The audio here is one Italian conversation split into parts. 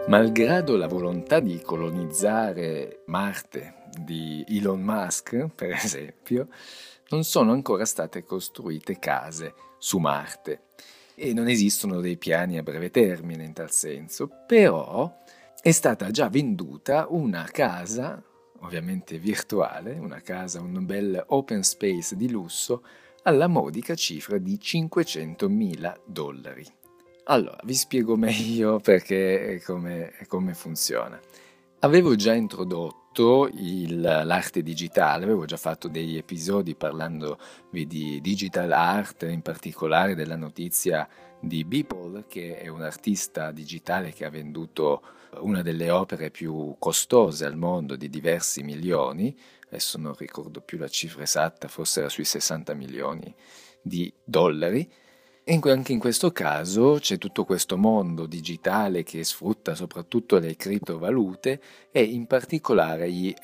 Malgrado la volontà di colonizzare Marte di Elon Musk, per esempio, non sono ancora state costruite case su Marte e non esistono dei piani a breve termine in tal senso, però è stata già venduta una casa, ovviamente virtuale, una casa, un bel open space di lusso, alla modica cifra di $500.000. Allora, vi spiego meglio perché come funziona. Avevo già introdotto l'arte digitale, avevo già fatto degli episodi parlandovi di digital art, in particolare della notizia di Beeple, che è un artista digitale che ha venduto una delle opere più costose al mondo di diversi milioni, adesso non ricordo più la cifra esatta, forse era sui 60 milioni di dollari. E anche in questo caso c'è tutto questo mondo digitale che sfrutta soprattutto le criptovalute e in particolare gli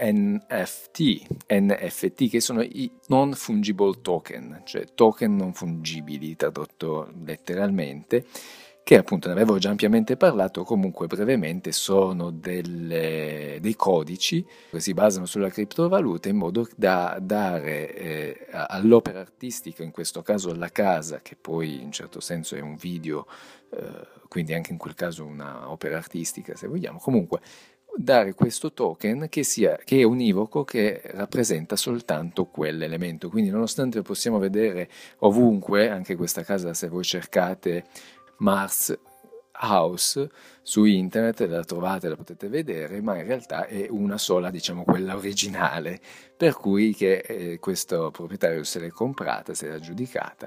NFT che sono i non fungible token, cioè token non fungibili tradotto letteralmente, che appunto ne avevo già ampiamente parlato, comunque brevemente sono dei codici che si basano sulla criptovaluta in modo da dare all'opera artistica, in questo caso alla casa, che poi in certo senso è un video, quindi anche in quel caso una opera artistica se vogliamo, comunque dare questo token che è univoco, che rappresenta soltanto quell'elemento. Quindi nonostante lo possiamo vedere ovunque, anche questa casa se voi cercate Mars House su internet la trovate, la potete vedere, ma in realtà è una sola, diciamo quella originale, per cui che questo proprietario se l'è comprata, se l'è aggiudicata.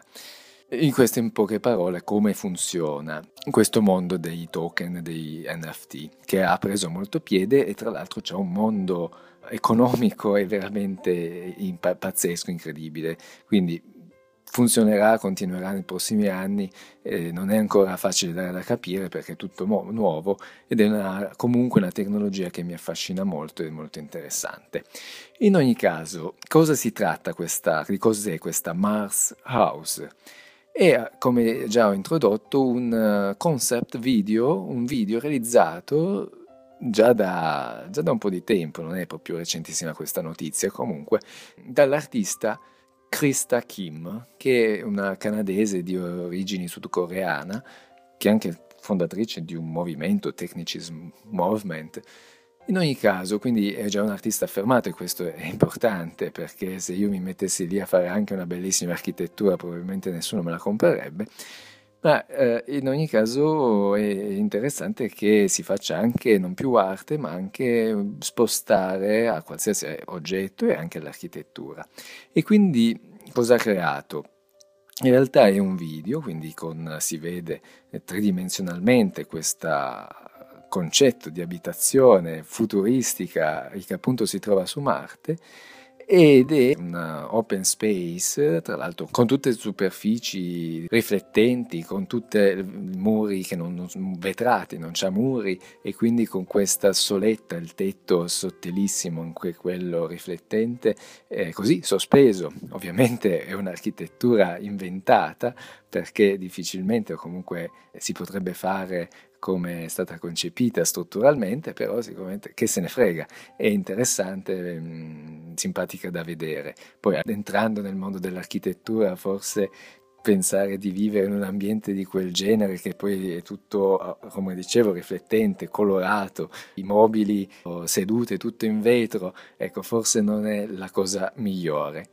In poche parole come funziona questo mondo dei token, dei NFT, che ha preso molto piede e tra l'altro c'è un mondo economico e veramente pazzesco, incredibile, quindi funzionerà, continuerà nei prossimi anni, non è ancora facile da capire perché è tutto nuovo ed è comunque una tecnologia che mi affascina molto e molto interessante. In ogni caso, cosa si tratta di cos'è questa Mars House? È, come già ho introdotto, un concept video, un video realizzato già da un po' di tempo, non è proprio recentissima questa notizia, comunque, dall'artista Krista Kim, che è una canadese di origini sudcoreana, che è anche fondatrice di un movimento, Technicism Movement. In ogni caso, quindi è già un artista affermato e questo è importante perché se io mi mettessi lì a fare anche una bellissima architettura probabilmente nessuno me la comprerebbe, ma in ogni caso è interessante che si faccia anche non più arte ma anche spostare a qualsiasi oggetto e anche all'architettura. E quindi cosa ha creato? In realtà è un video, quindi si vede tridimensionalmente questo concetto di abitazione futuristica che appunto si trova su Marte ed è un open space, tra l'altro con tutte le superfici riflettenti, con tutti i muri che non vetrati, non c'ha muri e quindi con questa soletta, il tetto sottilissimo, anche quello riflettente, così sospeso. Ovviamente è un'architettura inventata perché difficilmente o comunque si potrebbe fare come è stata concepita strutturalmente, però sicuramente che se ne frega, è interessante, simpatica da vedere. Poi entrando nel mondo dell'architettura forse pensare di vivere in un ambiente di quel genere che poi è tutto, come dicevo, riflettente, colorato, i mobili, sedute, tutto in vetro, ecco, forse non è la cosa migliore.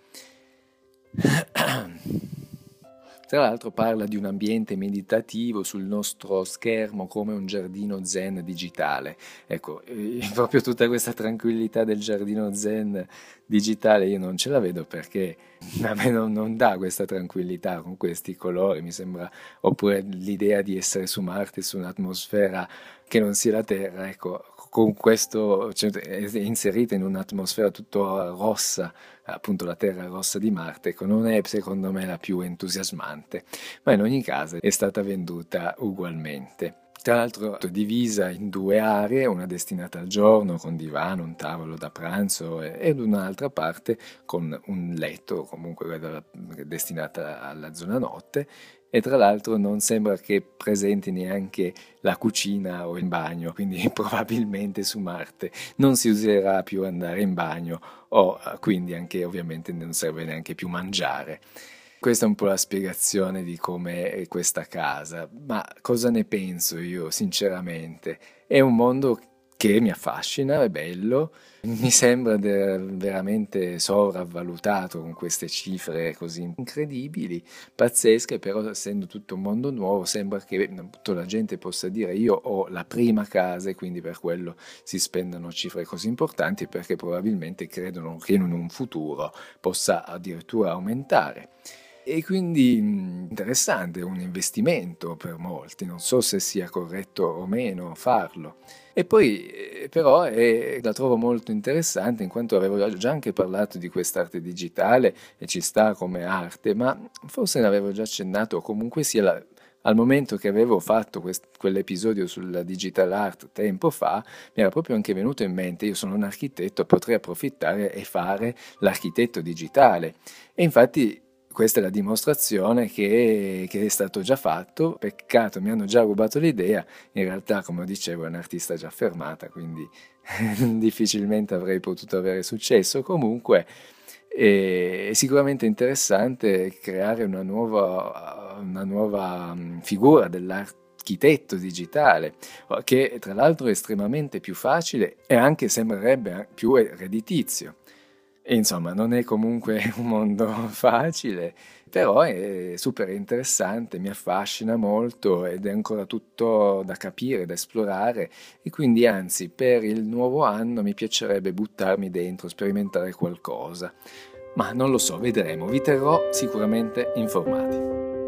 Tra l'altro parla di un ambiente meditativo sul nostro schermo come un giardino zen digitale. Ecco, proprio tutta questa tranquillità del giardino zen digitale io non ce la vedo perché a me non dà questa tranquillità con questi colori, mi sembra, oppure l'idea di essere su Marte, su un'atmosfera che non sia la Terra, ecco, con questo cioè, è inserita in un'atmosfera tutto rossa, appunto la terra rossa di Marte, ecco, non è secondo me la più entusiasmante, ma in ogni caso è stata venduta ugualmente. Tra l'altro divisa in due aree, una destinata al giorno con divano, un tavolo da pranzo ed un'altra parte con un letto, comunque destinata alla zona notte, e tra l'altro non sembra che presenti neanche la cucina o il bagno, quindi probabilmente su Marte non si userà più andare in bagno o quindi anche ovviamente non serve neanche più mangiare. Questa è un po' la spiegazione di come è questa casa, ma cosa ne penso io, sinceramente? È un mondo che mi affascina, è bello, mi sembra veramente sopravvalutato con queste cifre così incredibili, pazzesche, però essendo tutto un mondo nuovo sembra che tutta la gente possa dire io ho la prima casa e quindi per quello si spendano cifre così importanti perché probabilmente credono che in un futuro possa addirittura aumentare. E quindi interessante, è un investimento per molti, non so se sia corretto o meno farlo. E poi però la trovo molto interessante in quanto avevo già anche parlato di quest'arte digitale e ci sta come arte, ma forse ne avevo già accennato o comunque sia al momento che avevo fatto quell'episodio sulla digital art tempo fa, mi era proprio anche venuto in mente, io sono un architetto, potrei approfittare e fare l'architetto digitale. E infatti questa è la dimostrazione che è stato già fatto, peccato, mi hanno già rubato l'idea, in realtà come dicevo è un'artista già fermata, quindi difficilmente avrei potuto avere successo, comunque è sicuramente interessante creare una nuova figura dell'architetto digitale, che tra l'altro è estremamente più facile e anche sembrerebbe più redditizio. E insomma, non è comunque un mondo facile, però è super interessante, mi affascina molto ed è ancora tutto da capire, da esplorare e quindi anzi per il nuovo anno mi piacerebbe buttarmi dentro, sperimentare qualcosa. Ma non lo so, vedremo, vi terrò sicuramente informati.